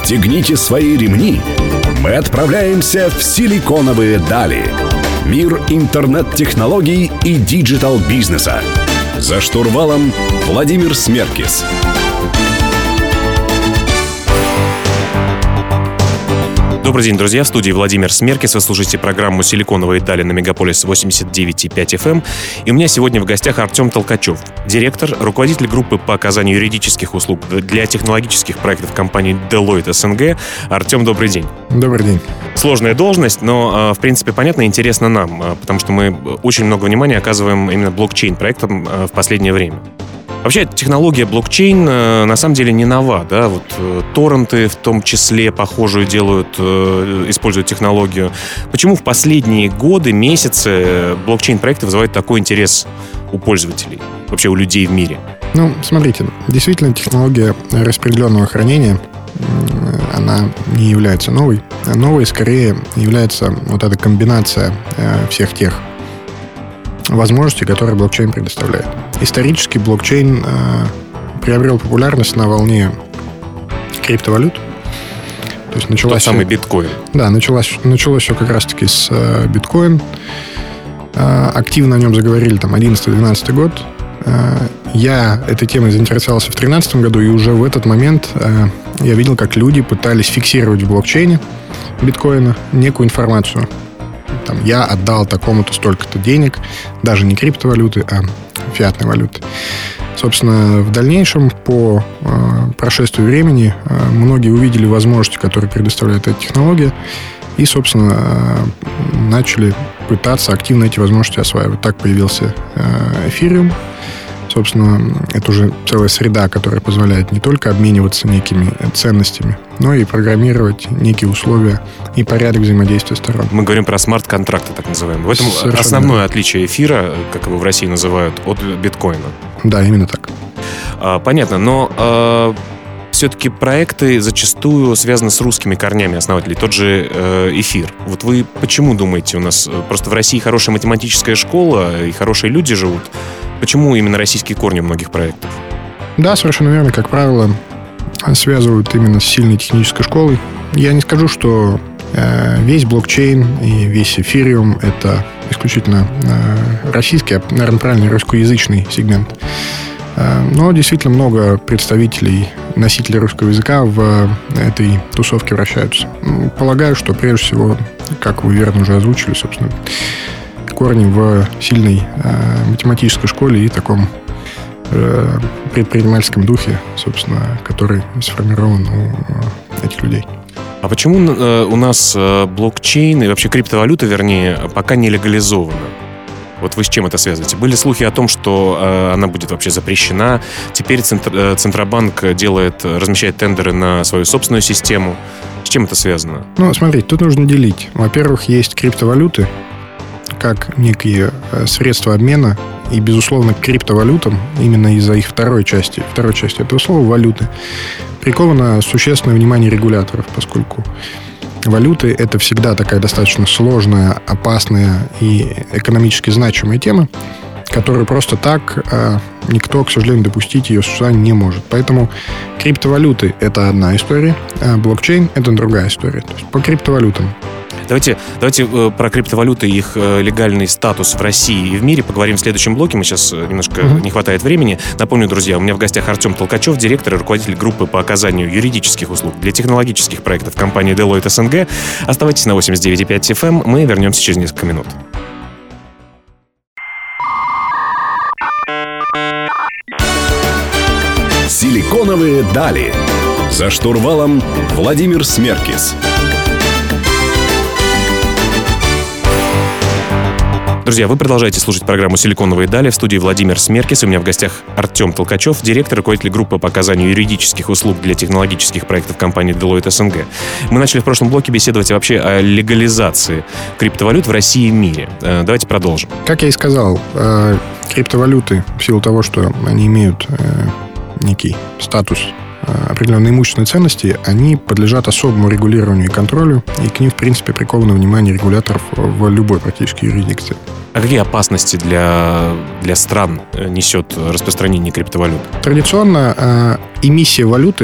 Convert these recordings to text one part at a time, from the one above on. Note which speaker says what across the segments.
Speaker 1: Пристегните свои ремни. Мы отправляемся в силиконовые дали. Мир интернет-технологий и диджитал-бизнеса. За штурвалом Владимир Смеркис.
Speaker 2: Добрый день, друзья. В студии Владимир Смеркис. Вы слушаете программу «Силиконовые дали» на Мегаполис 89,5 FM. И у меня сегодня в гостях Артем Толкачев, директор, руководитель группы по оказанию юридических услуг для технологических проектов компании Deloitte СНГ. Артем, добрый день.
Speaker 3: Добрый день.
Speaker 2: Сложная должность, но, в принципе, понятно и интересно нам, потому что мы очень много внимания оказываем именно блокчейн-проектам в последнее время. Вообще, технология блокчейн на самом деле не нова, да, вот торренты в том числе похожую делают, используют технологию. Почему в последние годы, месяцы блокчейн-проекты вызывают такой интерес у пользователей, вообще у людей в мире?
Speaker 3: Ну, смотрите, действительно технология распределенного хранения, она не является новой. Новой скорее является вот эта комбинация всех тех возможностей, которые блокчейн предоставляет. Исторически блокчейн приобрел популярность на волне криптовалют. То есть началось
Speaker 2: тот самый биткоин.
Speaker 3: Да, началось все как раз-таки с биткоин. Активно о нем заговорили там 11-12 год. Я этой темой заинтересовался в 2013 году, и уже в этот момент я видел, как люди пытались фиксировать в блокчейне биткоина некую информацию. Там, я отдал такому-то столько-то денег, даже не криптовалюты, а фиатной валюты. Собственно, в дальнейшем, по прошествию времени, многие увидели возможности, которые предоставляет эта технология, и, собственно, начали пытаться активно эти возможности осваивать. Так появился эфириум. Собственно, это уже целая среда, которая позволяет не только обмениваться некими ценностями, но и программировать некие условия и порядок взаимодействия сторон.
Speaker 2: Мы говорим про смарт-контракты, так называемые. В этом совершенно основное отличие эфира, как его в России называют, от биткоина.
Speaker 3: Да, именно так.
Speaker 2: Понятно, но все-таки проекты зачастую связаны с русскими корнями основателей. Тот же эфир. Вот вы почему думаете, у нас просто в России хорошая математическая школа и хорошие люди живут? Почему именно российские корни у многих проектов?
Speaker 3: Да, совершенно верно. Как правило, связывают именно с сильной технической школой. Я не скажу, что весь блокчейн и весь эфириум — это исключительно российский, а, наверное, правильный русскоязычный сегмент. Но действительно много представителей, носителей русского языка в этой тусовке вращаются. Полагаю, что прежде всего, как вы верно уже озвучили, собственно, корни в сильной математической школе и таком предпринимательском духе, собственно, который сформирован у этих людей.
Speaker 2: А почему у нас блокчейн и вообще криптовалюта, вернее, пока не легализована? Вот вы с чем это связываете? Были слухи о том, что она будет вообще запрещена. Теперь Центробанк размещает тендеры на свою собственную систему. С чем это связано?
Speaker 3: Ну, смотрите, тут нужно делить. Во-первых, есть криптовалюты как некие средства обмена. И, безусловно, к криптовалютам, именно из-за их второй части этого слова, валюты, приковано существенное внимание регуляторов, поскольку валюты — это всегда такая достаточно сложная, опасная и экономически значимая тема, которую просто так никто, к сожалению, допустить ее существование не может. Поэтому криптовалюты — это одна история, а блокчейн — это другая история. То есть по криптовалютам.
Speaker 2: Давайте про криптовалюты и их легальный статус в России и в мире поговорим в следующем блоке. Мы сейчас немножко не хватает времени. Напомню, друзья, у меня в гостях Артем Толкачев, директор и руководитель группы по оказанию юридических услуг для технологических проектов компании Deloitte СНГ. Оставайтесь на 89,5 FM. Мы вернемся через несколько минут.
Speaker 1: Силиконовые дали. За штурвалом Владимир Смеркис.
Speaker 2: Друзья, вы продолжаете слушать программу «Силиконовые дали». В студии Владимир Смеркис. У меня в гостях Артем Толкачев, директор, руководитель группы по оказанию юридических услуг для технологических проектов компании Deloitte СНГ. Мы начали в прошлом блоке беседовать вообще о легализации криптовалют в России и мире. Давайте продолжим.
Speaker 3: Как я и сказал, криптовалюты, в силу того, что они имеют некий статус определенной имущественной ценности, они подлежат особому регулированию и контролю, и к ним, в принципе, приковано внимание регуляторов в любой практически юрисдикции.
Speaker 2: А какие опасности для стран несет распространение криптовалют?
Speaker 3: Традиционно эмиссия валюты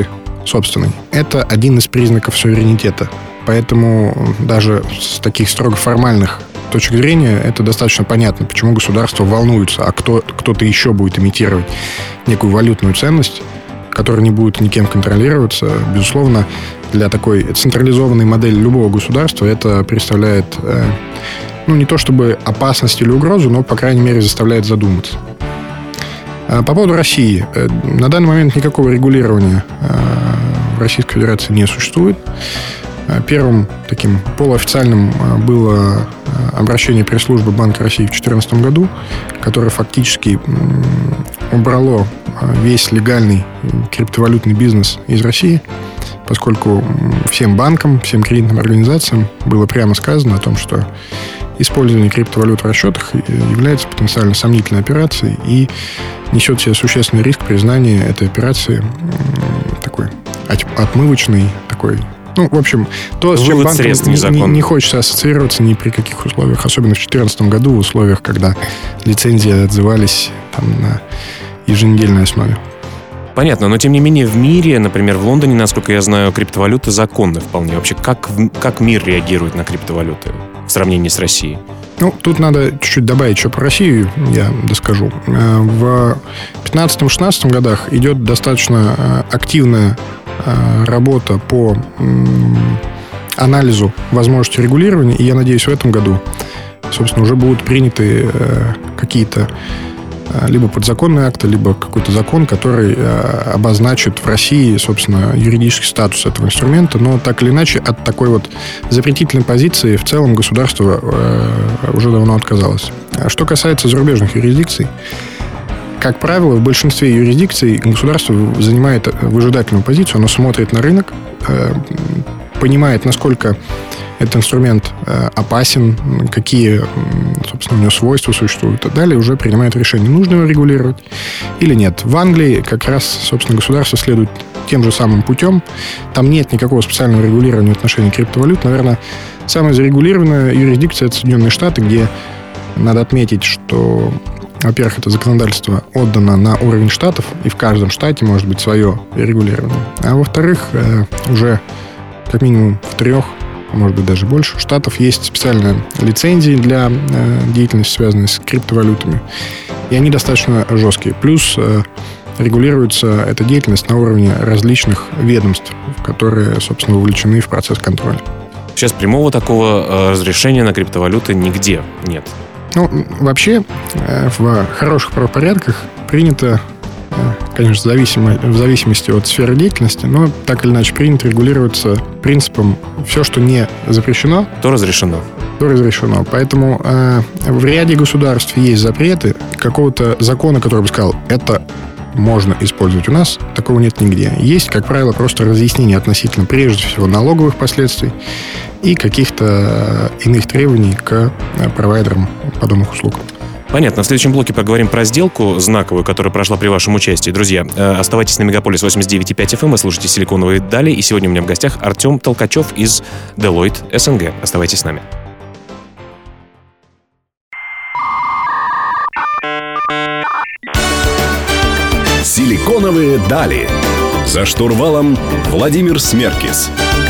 Speaker 3: собственный. Это один из признаков суверенитета. Поэтому даже с таких строго формальных точек зрения это достаточно понятно, почему государство волнуется, а кто-то еще будет имитировать некую валютную ценность, которая не будет никем контролироваться. Безусловно, для такой централизованной модели любого государства это представляет, не то чтобы опасность или угрозу, но, по крайней мере, заставляет задуматься. По поводу России. На данный момент никакого регулирования в Российской Федерации не существует. Первым таким полуофициальным было обращение пресс-службы Банка России в 2014 году, которое фактически убрало весь легальный криптовалютный бизнес из России, поскольку всем банкам, всем кредитным организациям было прямо сказано о том, что использование криптовалют в расчетах является потенциально сомнительной операцией и несет в себе существенный риск признания этой операции такой отмывочной, такой... в общем, то, с чем банкам не хочется ассоциироваться ни при каких условиях, особенно в 2014 году, в условиях, когда лицензии отзывались на еженедельной основе.
Speaker 2: Понятно, но тем не менее в мире, например, в Лондоне, насколько я знаю, криптовалюты законны вполне. Вообще, как мир реагирует на криптовалюты в сравнении с Россией?
Speaker 3: Тут надо чуть-чуть добавить еще про Россию, я доскажу. В 2015-2016 годах идет достаточно активная работа по анализу возможности регулирования, и я надеюсь, в этом году, собственно, уже будут приняты какие-то либо подзаконные акты, либо какой-то закон, который обозначит в России, собственно, юридический статус этого инструмента. Но так или иначе от такой вот запретительной позиции в целом государство уже давно отказалось. А что касается зарубежных юрисдикций, как правило, в большинстве юрисдикций государство занимает выжидательную позицию, оно смотрит на рынок, понимает, насколько этот инструмент опасен, какие, собственно, у него свойства существуют, и далее уже принимает решение, нужно его регулировать или нет. В Англии как раз, собственно, государство следует тем же самым путем. Там нет никакого специального регулирования в отношении криптовалют. Наверное, самая зарегулированная юрисдикция – это Соединенные Штаты, где надо отметить, что, во-первых, это законодательство отдано на уровень штатов, и в каждом штате может быть свое регулирование. А во-вторых, уже как минимум в 3, может быть, даже больше штатов есть специальные лицензии для деятельности, связанной с криптовалютами. И они достаточно жесткие. Плюс регулируется эта деятельность на уровне различных ведомств, которые, собственно, вовлечены в процесс контроля.
Speaker 2: Сейчас прямого такого разрешения на криптовалюты нигде нет.
Speaker 3: Вообще, в хороших правопорядках принято, конечно, в зависимости от сферы деятельности, но так или иначе принято регулироваться принципом все, что не запрещено,
Speaker 2: то разрешено.
Speaker 3: Поэтому в ряде государств есть запреты. Какого-то закона, который бы сказал, это можно использовать у нас, такого нет нигде. Есть, как правило, просто разъяснение относительно, прежде всего, налоговых последствий и каких-то иных требований к провайдерам подобных услуг.
Speaker 2: Понятно. В следующем блоке поговорим про сделку знаковую, которая прошла при вашем участии. Друзья, оставайтесь на Мегаполис 89.5 FM, вы слушаете «Силиконовые дали», и сегодня у меня в гостях Артем Толкачев из Deloitte СНГ. Оставайтесь с нами.
Speaker 1: «Силиконовые дали». За штурвалом Владимир Смеркис.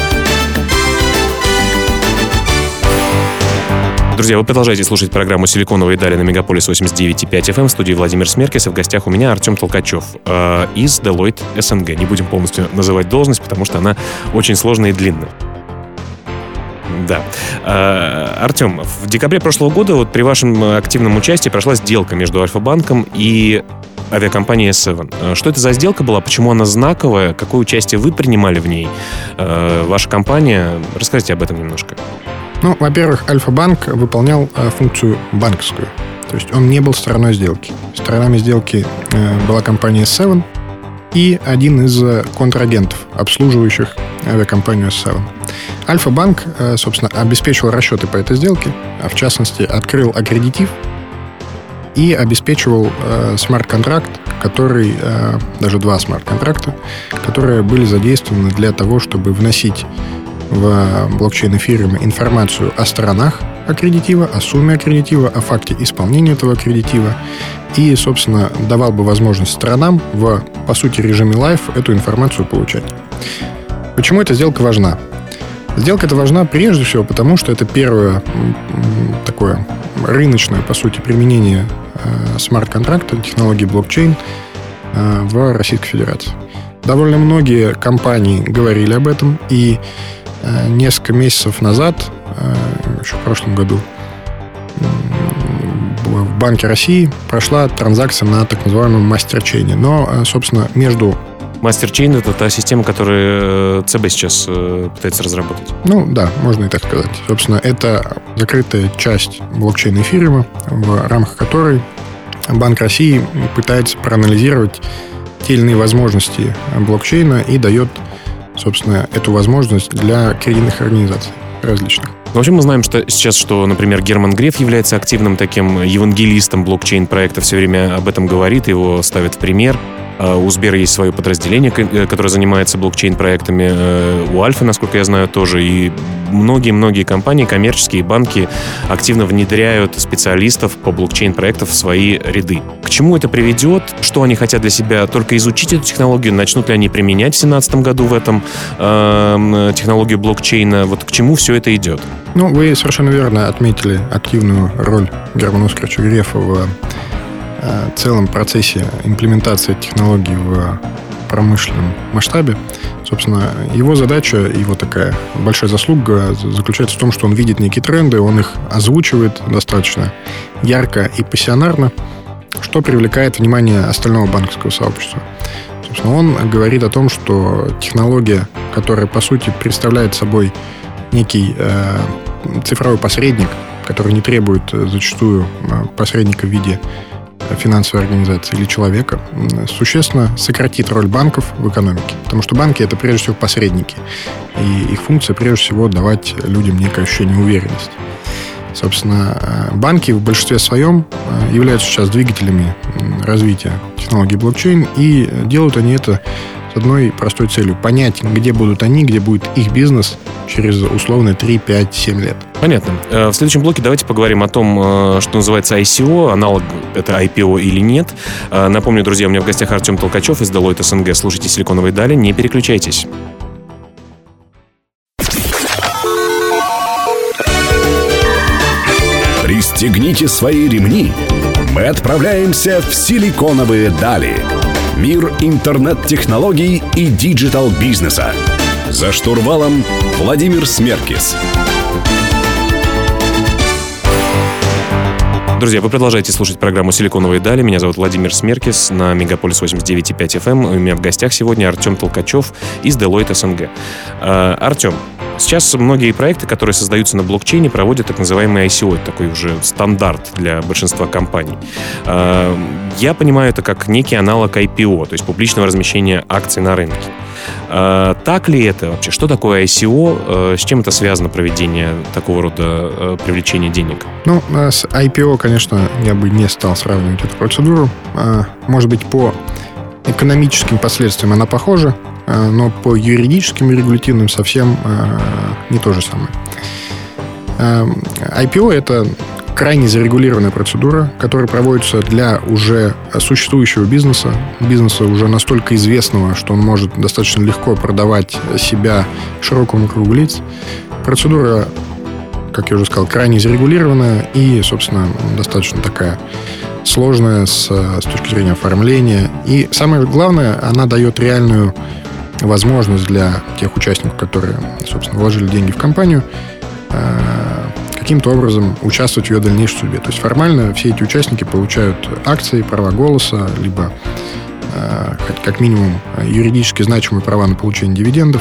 Speaker 2: Друзья, вы продолжаете слушать программу «Силиконовые дали» на Мегаполис 89.5 FM. В студии Владимир Смеркис, и в гостях у меня Артем Толкачев из Deloitte СНГ. Не будем полностью называть должность, потому что она очень сложная и длинная. Да. Артем, в декабре прошлого года при вашем активном участии прошла сделка между Альфа-банком и авиакомпанией S7. Что это за сделка была? Почему она знаковая? Какое участие вы принимали в ней? Ваша компания? Расскажите об этом немножко.
Speaker 3: Во-первых, Альфа-банк выполнял функцию банковскую. То есть он не был стороной сделки. Сторонами сделки была компания S7 и один из контрагентов, обслуживающих авиакомпанию S7. Альфа-банк, собственно, обеспечивал расчеты по этой сделке, а в частности, открыл аккредитив и обеспечивал смарт-контракт, который, даже 2 смарт-контракта, которые были задействованы для того, чтобы вносить в блокчейн эфириума информацию о сторонах аккредитива, о сумме аккредитива, о факте исполнения этого аккредитива и, собственно, давал бы возможность сторонам по сути, режиме лайв эту информацию получать. Почему эта сделка важна? Сделка эта важна прежде всего потому, что это первое такое рыночное, по сути, применение смарт-контракта, технологии блокчейн в Российской Федерации. Довольно многие компании говорили об этом, и несколько месяцев назад, еще в прошлом году, в Банке России прошла транзакция на так называемом мастерчейне. Но, собственно, между...
Speaker 2: Мастерчейн — это та система, которую ЦБ сейчас пытается разработать.
Speaker 3: Ну, да, можно и так сказать. Собственно, это закрытая часть блокчейна эфириума, в рамках которой Банк России пытается проанализировать те или иные возможности блокчейна и дает, собственно, эту возможность для кредитных организаций различных.
Speaker 2: В общем, мы знаем, что сейчас, например, Герман Греф является активным таким евангелистом блокчейн-проекта, все время об этом говорит, его ставят в пример. У Сбера есть свое подразделение, которое занимается блокчейн-проектами. У Альфы, насколько я знаю, тоже. И многие-многие компании, коммерческие банки активно внедряют специалистов по блокчейн-проектам в свои ряды. К чему это приведет? Что они хотят для себя? Только изучить эту технологию? Начнут ли они применять в 2017 году в этом технологию блокчейна? Вот к чему все это идет?
Speaker 3: Ну, вы совершенно верно отметили активную роль Германа Оскаровича Грефа в целом процессе имплементации технологий в промышленном масштабе. Собственно, его задача, его такая большая заслуга заключается в том, что он видит некие тренды, он их озвучивает достаточно ярко и пассионарно, что привлекает внимание остального банковского сообщества. Собственно, он говорит о том, что технология, которая, по сути, представляет собой некий цифровой посредник, который не требует зачастую посредника в виде финансовой организации или человека, существенно сократит роль банков в экономике. Потому что банки — это прежде всего посредники. И их функция прежде всего давать людям некое ощущение уверенности. Собственно, банки в большинстве своем являются сейчас двигателями развития технологий блокчейн, и делают они это с одной простой целью — понять, где будут они, где будет их бизнес через условно 3, 5, 7 лет.
Speaker 2: Понятно. В следующем блоке давайте поговорим о том, что называется ICO, аналог это IPO или нет. Напомню, друзья, у меня в гостях Артем Толкачев из Deloitte СНГ. Слушайте «Силиконовые дали», не переключайтесь.
Speaker 1: Пристегните свои ремни. Мы отправляемся в Силиконовые дали. Мир интернет-технологий и диджитал-бизнеса. За штурвалом Владимир Смеркис.
Speaker 2: Друзья, вы продолжаете слушать программу «Силиконовые дали». Меня зовут Владимир Смеркис на Мегаполис 89.5 FM. У меня в гостях сегодня Артем Толкачев из Deloitte СНГ. Артем, сейчас многие проекты, которые создаются на блокчейне, проводят так называемый ICO. Это такой уже стандарт для большинства компаний. Я понимаю это как некий аналог IPO, то есть публичного размещения акций на рынке. Так ли это вообще? Что такое ICO? С чем это связано, проведение такого рода привлечения денег?
Speaker 3: Ну, с IPO, конечно, я бы не стал сравнивать эту процедуру. Может быть, по экономическим последствиям она похожа, но по юридическим и регулятивным совсем не то же самое. IPO — это крайне зарегулированная процедура, которая проводится для уже существующего бизнеса уже настолько известного, что он может достаточно легко продавать себя широкому кругу лиц. Процедура, как я уже сказал, крайне зарегулированная и, собственно, достаточно такая сложная с точки зрения оформления. И самое главное, она дает реальную возможность для тех участников, которые, собственно, вложили деньги в компанию, каким-то образом участвовать в ее дальнейшей судьбе. То есть формально все эти участники получают акции, права голоса, либо как минимум юридически значимые права на получение дивидендов.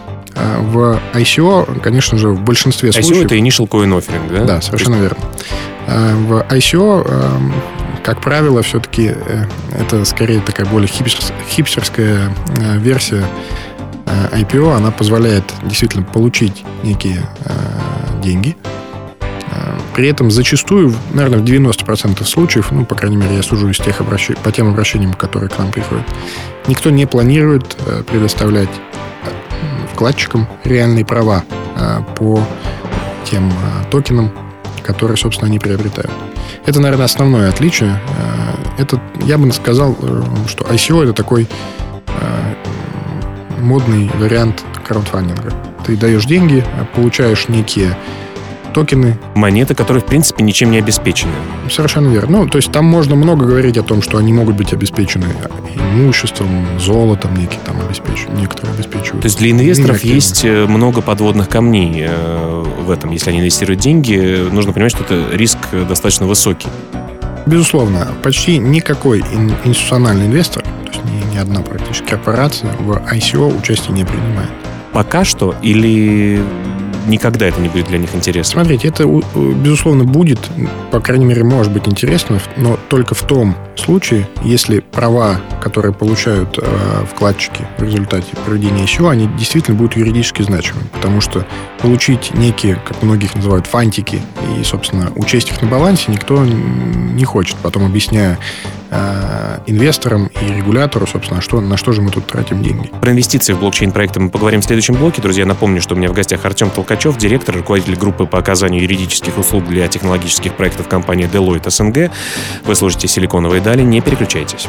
Speaker 3: В ICO, конечно же, в большинстве случаев...
Speaker 2: ICO — это Initial Coin Offering, да?
Speaker 3: Да, совершенно верно. В ICO, как правило, все-таки это скорее такая более хипстерская версия IPO. Она позволяет действительно получить некие деньги. При этом зачастую, наверное, в 90% случаев, ну, по крайней мере, я сужу из тех по тем обращениям, которые к нам приходят, никто не планирует предоставлять вкладчикам реальные права по тем токенам, которые, собственно, они приобретают. Это, наверное, основное отличие. Я бы сказал, что ICO — это такой модный вариант краудфандинга. Ты даешь деньги, получаешь некие токены.
Speaker 2: Монеты, которые, в принципе, ничем не обеспечены.
Speaker 3: Совершенно верно. Ну, то есть там можно много говорить о том, что они могут быть обеспечены имуществом, золотом некоторые обеспечивают.
Speaker 2: То есть для инвесторов есть много подводных камней в этом. Если они инвестируют деньги, нужно понимать, что это риск достаточно высокий.
Speaker 3: Безусловно, почти никакой институциональный инвестор, то есть ни одна практически корпорация в ICO участие не принимает.
Speaker 2: Пока что или никогда это не будет для них интересно?
Speaker 3: Смотрите, это, безусловно, будет, по крайней мере, может быть интересно, но только в том случае, если права, которые получают вкладчики в результате проведения ICO, они действительно будут юридически значимыми. Потому что получить некие, как многие их называют, фантики и, собственно, учесть их на балансе никто не хочет. Потом объясняя инвесторам и регулятору, собственно, на что же мы тут тратим деньги.
Speaker 2: Про инвестиции в блокчейн-проекты мы поговорим в следующем блоке. Друзья, напомню, что у меня в гостях Артем Толкачев, директор, руководитель группы по оказанию юридических услуг для технологических проектов компании Deloitte СНГ. Вы слушаете «Силиконовые дали». Не переключайтесь.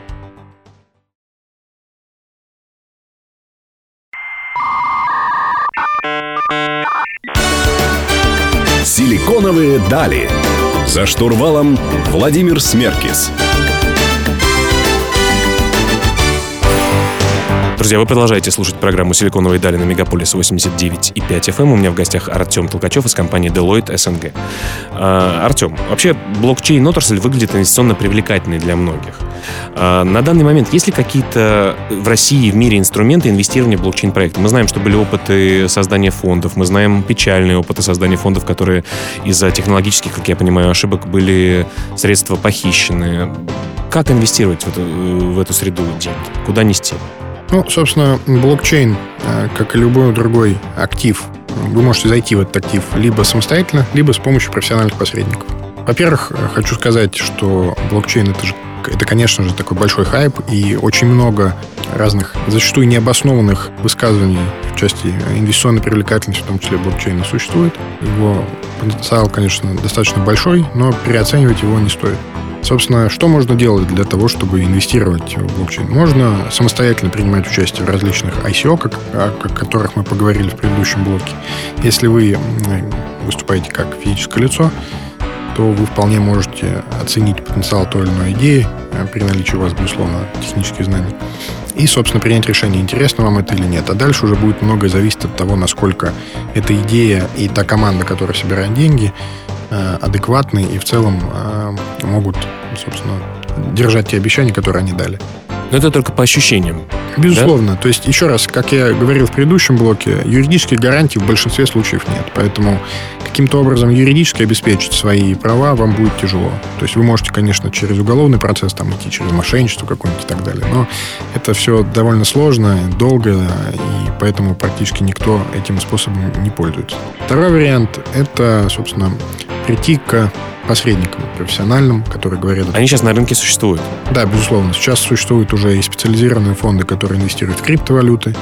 Speaker 1: «Силиконовые дали». За штурвалом Владимир Смеркис.
Speaker 2: Друзья, вы продолжаете слушать программу «Силиконовые дали» на Мегаполис 89,5 FM. У меня в гостях Артем Толкачев из компании Deloitte СНГ. Артем, вообще блокчейн-отрасль выглядит инвестиционно привлекательной для многих. На данный момент есть ли какие-то в России и в мире инструменты инвестирования в блокчейн-проекты? Мы знаем, что были опыты создания фондов, мы знаем печальные опыты создания фондов, которые из-за технологических, как я понимаю, ошибок были средства похищены. Как инвестировать в эту среду деньги? Куда нести?
Speaker 3: Ну, собственно, блокчейн, как и любой другой актив, вы можете зайти в этот актив либо самостоятельно, либо с помощью профессиональных посредников. Во-первых, хочу сказать, что блокчейн это, конечно же, такой большой хайп, и очень много разных, зачастую необоснованных высказываний в части инвестиционной привлекательности, в том числе блокчейна, существует. Его потенциал, конечно, достаточно большой, но переоценивать его не стоит. Собственно, что можно делать для того, чтобы инвестировать в блокчейн? Можно самостоятельно принимать участие в различных ICO, о которых мы поговорили в предыдущем блоке. Если вы выступаете как физическое лицо, то вы вполне можете оценить потенциал той или иной идеи при наличии у вас, безусловно, технических знаний. И, собственно, принять решение, интересно вам это или нет. А дальше уже будет многое зависеть от того, насколько эта идея и та команда, которая собирает деньги, адекватны и в целом могут, собственно, держать те обещания, которые они дали.
Speaker 2: Но это только по ощущениям.
Speaker 3: Безусловно. Да? То есть, еще раз, как я говорил в предыдущем блоке, юридических гарантий в большинстве случаев нет. Поэтому каким-то образом юридически обеспечить свои права вам будет тяжело. То есть вы можете, конечно, через уголовный процесс там идти, через мошенничество какое-нибудь и так далее. Но это все довольно сложно, долго, и поэтому практически никто этим способом не пользуется. Второй вариант – это, собственно, прийти к посредникам профессиональным, которые говорят...
Speaker 2: Они сейчас на рынке существуют?
Speaker 3: Да, безусловно. Сейчас существуют уже и специализированные фонды, которые инвестируют в криптовалюты.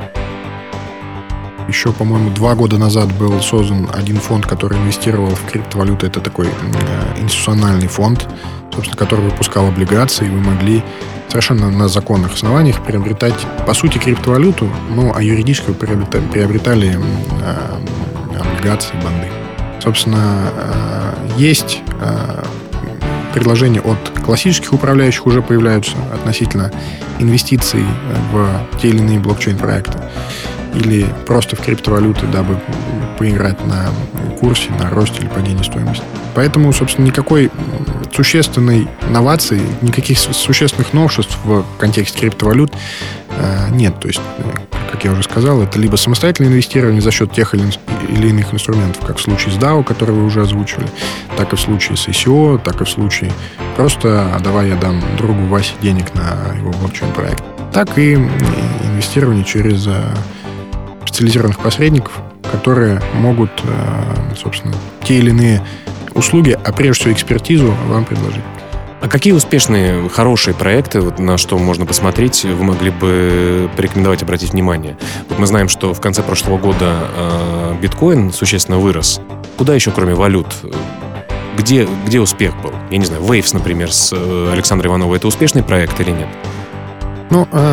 Speaker 3: Еще, по-моему, 2 года назад был создан один фонд, который инвестировал в криптовалюты. Это такой институциональный фонд, собственно, который выпускал облигации, и вы могли совершенно на законных основаниях приобретать, по сути, криптовалюту, а юридически вы приобретали облигации, бонды. Собственно, есть предложения от классических управляющих уже появляются относительно инвестиций в те или иные блокчейн-проекты или просто в криптовалюты, дабы поиграть на курсе, на росте или падении стоимости. Поэтому, собственно, никакой существенной новации, никаких существенных новшеств в контексте криптовалют нет. То есть, как я уже сказал, это либо самостоятельное инвестирование за счет тех или иных инструментов, как в случае с DAO, который вы уже озвучивали, так и в случае с ICO, так и в случае просто давай я дам другу Васе денег на его блокчейн-проект. Так и инвестирование через специализированных посредников, которые могут, собственно, те или иные услуги, а прежде всего экспертизу вам предложить.
Speaker 2: А какие успешные, хорошие проекты, на что можно посмотреть, вы могли бы порекомендовать обратить внимание? Мы знаем, что в конце прошлого года биткоин существенно вырос. Куда еще, кроме валют? Где успех был? Я не знаю, Waves, например, с Александрой Ивановой. Это успешный проект или нет?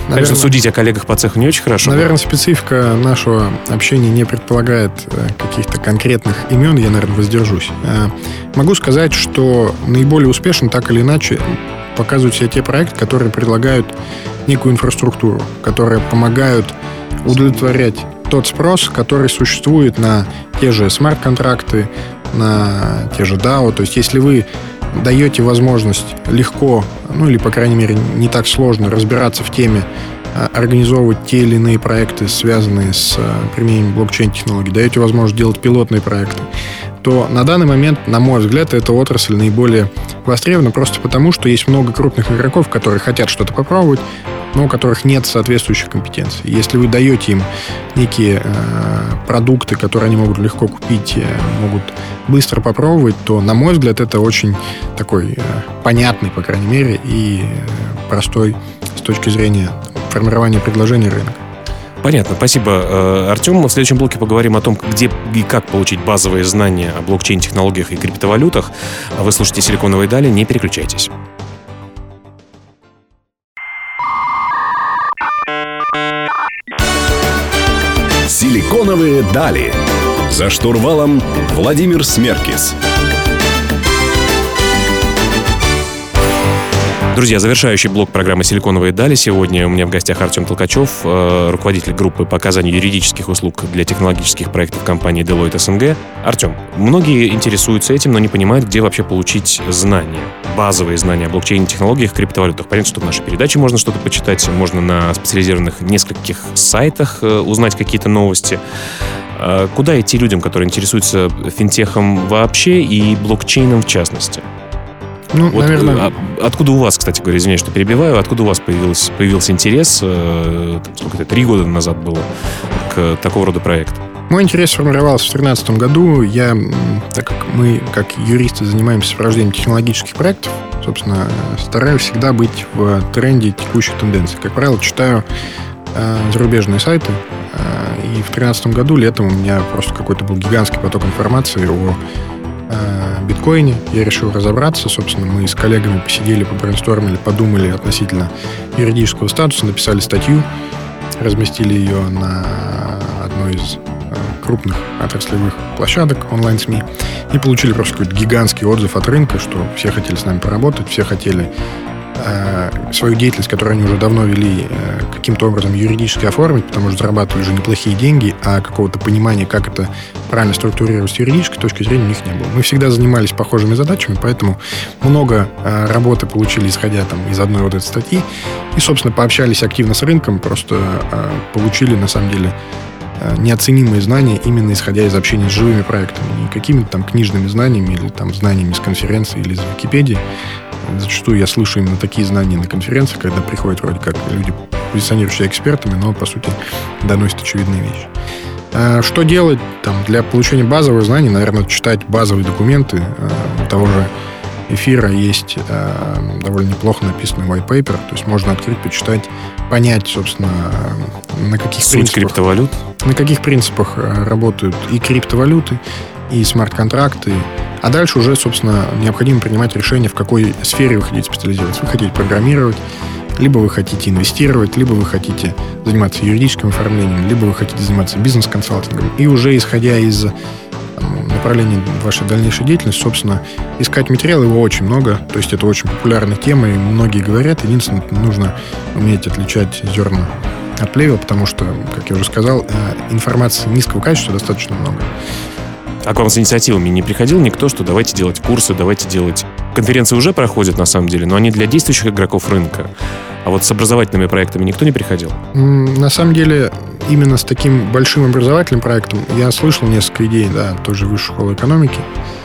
Speaker 2: Конечно, судить о коллегах по цеху не очень хорошо.
Speaker 3: Наверное, специфика нашего общения не предполагает каких-то конкретных имен, я, наверное, воздержусь. Могу сказать, что наиболее успешно, так или иначе, показывают себя те проекты, которые предлагают некую инфраструктуру, которые помогают удовлетворять тот спрос, который существует на те же смарт-контракты, на те же DAO. То есть, если вы даете возможность легко, или, по крайней мере, не так сложно разбираться в теме, организовывать те или иные проекты, связанные с применением блокчейн-технологий, даете возможность делать пилотные проекты, то на данный момент, на мой взгляд, эта отрасль наиболее востребована просто потому, что есть много крупных игроков, которые хотят что-то попробовать, но у которых нет соответствующих компетенций. Если вы даете им некие продукты, которые они могут легко купить, могут быстро попробовать, то, на мой взгляд, это очень такой понятный, по крайней мере, и простой с точки зрения формирования предложений рынка.
Speaker 2: Понятно, спасибо, Артем. В следующем блоке поговорим о том, где и как получить базовые знания о блокчейн-технологиях и криптовалютах. Вы слушаете «Силиконовые дали», не переключайтесь.
Speaker 1: «Силиконовые дали». За штурвалом Владимир Смеркис.
Speaker 2: Друзья, завершающий блок программы «Силиконовые дали». Сегодня у меня в гостях Артем Толкачев, руководитель группы по оказанию юридических услуг для технологических проектов компании Deloitte СНГ. Артем, многие интересуются этим, но не понимают, где вообще получить знания, базовые знания о блокчейн-технологиях, криптовалютах. Понятно, что в нашей передаче можно что-то почитать, можно на специализированных нескольких сайтах узнать какие-то новости. Куда идти людям, которые интересуются финтехом вообще и блокчейном в частности?
Speaker 3: Наверное...
Speaker 2: Откуда у вас, кстати говоря, извиняюсь, что перебиваю, откуда у вас появился интерес, 3 года назад было, к такого рода проекту?
Speaker 3: Мой интерес сформировался в 2013 году. Так как мы, как юристы, занимаемся сопровождением технологических проектов, собственно, стараюсь всегда быть в тренде текущих тенденций. Как правило, читаю зарубежные сайты, и в 2013 году летом у меня просто какой-то был гигантский поток информации о биткоине. Я решил разобраться. Собственно, мы с коллегами посидели, побрейнстормили, подумали относительно юридического статуса, написали статью, разместили ее на одной из крупных отраслевых площадок онлайн-СМИ и получили просто какой-то гигантский отзыв от рынка, что все хотели с нами поработать, все хотели свою деятельность, которую они уже давно вели, каким-то образом юридически оформить, потому что зарабатывали уже неплохие деньги, а какого-то понимания, как это правильно структурировать с юридической точки зрения, у них не было. Мы всегда занимались похожими задачами, поэтому много работы получили, исходя из одной вот этой статьи. И, собственно, пообщались активно с рынком, просто получили, на самом деле, неоценимые знания, именно исходя из общения с живыми проектами. Не какими-то там книжными знаниями или там знаниями с конференции или из Википедии. Зачастую я слышу именно такие знания на конференциях, когда приходят вроде как люди, позиционирующие экспертами, но, по сути, доносят очевидные вещи. Что делать для получения базовых знаний? Наверное, читать базовые документы. У того же эфира есть довольно неплохо написанный white paper, то есть можно открыть, почитать, понять, собственно, на каких
Speaker 2: суть криптовалют.
Speaker 3: На каких принципах работают и криптовалюты, и смарт-контракты. А дальше уже, собственно, необходимо принимать решение, в какой сфере вы хотите специализироваться. Вы хотите программировать, либо вы хотите инвестировать, либо вы хотите заниматься юридическим оформлением, либо вы хотите заниматься бизнес-консалтингом. И уже исходя из направления вашей дальнейшей деятельности, собственно, искать материал, его очень много. То есть это очень популярная тема, и многие говорят. Единственное, нужно уметь отличать зерна от плевел, потому что, как я уже сказал, информации низкого качества достаточно много.
Speaker 2: А к вам с инициативами не приходил никто, что давайте делать курсы, давайте делать... Конференции уже проходят, на самом деле, но они для действующих игроков рынка. А вот с образовательными проектами никто не приходил? На
Speaker 3: самом деле, именно с таким большим образовательным проектом я слышал несколько идей, той же Высшей школы экономики.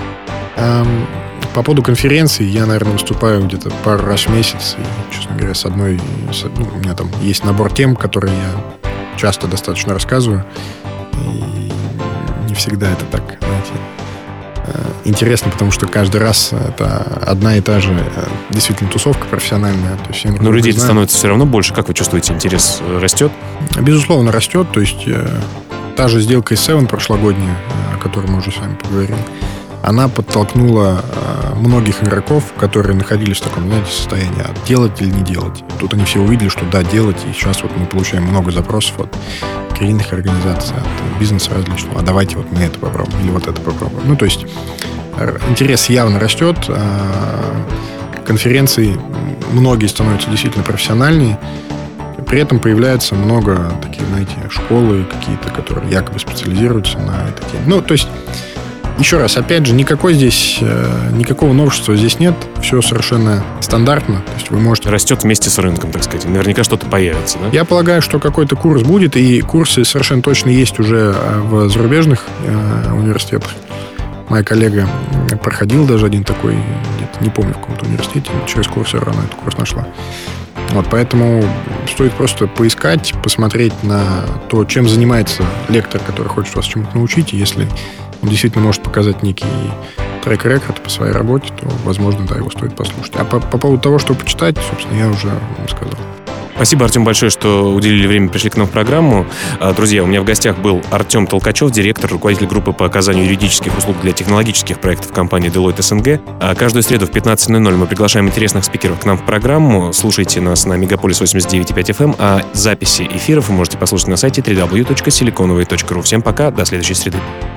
Speaker 3: По поводу конференции я, наверное, выступаю где-то пару раз в месяц. И, честно говоря, у меня там есть набор тем, которые я часто достаточно рассказываю. И не всегда это так, интересно, потому что каждый раз это одна и та же действительно тусовка профессиональная. То есть
Speaker 2: но людей-то становится все равно больше. Как вы чувствуете, интерес растет?
Speaker 3: Безусловно, растет. То есть та же сделка из Seven прошлогодняя, о которой мы уже с вами поговорили, она подтолкнула многих игроков, которые находились в таком, знаете, состоянии, делать или не делать. Тут они все увидели, что да, делать, и сейчас вот мы получаем много запросов от кредитных организаций, от бизнеса различного. А давайте вот мы это попробуем или вот это попробуем. Ну, то есть интерес явно растет, конференции многие становятся действительно профессиональнее, при этом появляется много таких, знаете, школы какие-то, которые якобы специализируются на этой теме. Ну, то есть, еще раз, опять же, никакого новшества здесь нет, все совершенно стандартно, то есть вы можете...
Speaker 2: Растет вместе с рынком, так сказать, наверняка что-то появится, да?
Speaker 3: Я полагаю, что какой-то курс будет, и курсы совершенно точно есть уже в зарубежных университетах. Моя коллега проходила даже один такой, где-то, не помню, в каком-то университете, через Coursera она этот курс нашла. Вот, поэтому стоит просто поискать, посмотреть на то, чем занимается лектор, который хочет вас чему-то научить. И если он действительно может показать некий трек-рекорд по своей работе, то, возможно, да, его стоит послушать. А по поводу того, что почитать, собственно, я уже вам сказал.
Speaker 2: Спасибо, Артем, большое, что уделили время, пришли к нам в программу. Друзья, у меня в гостях был Артем Толкачев, директор, руководитель группы по оказанию юридических услуг для технологических проектов компании Deloitte СНГ. Каждую среду в 15:00 мы приглашаем интересных спикеров к нам в программу. Слушайте нас на Мегаполис 89.5 FM, а записи эфиров вы можете послушать на сайте www.siliconovay.ru. Всем пока, до следующей среды.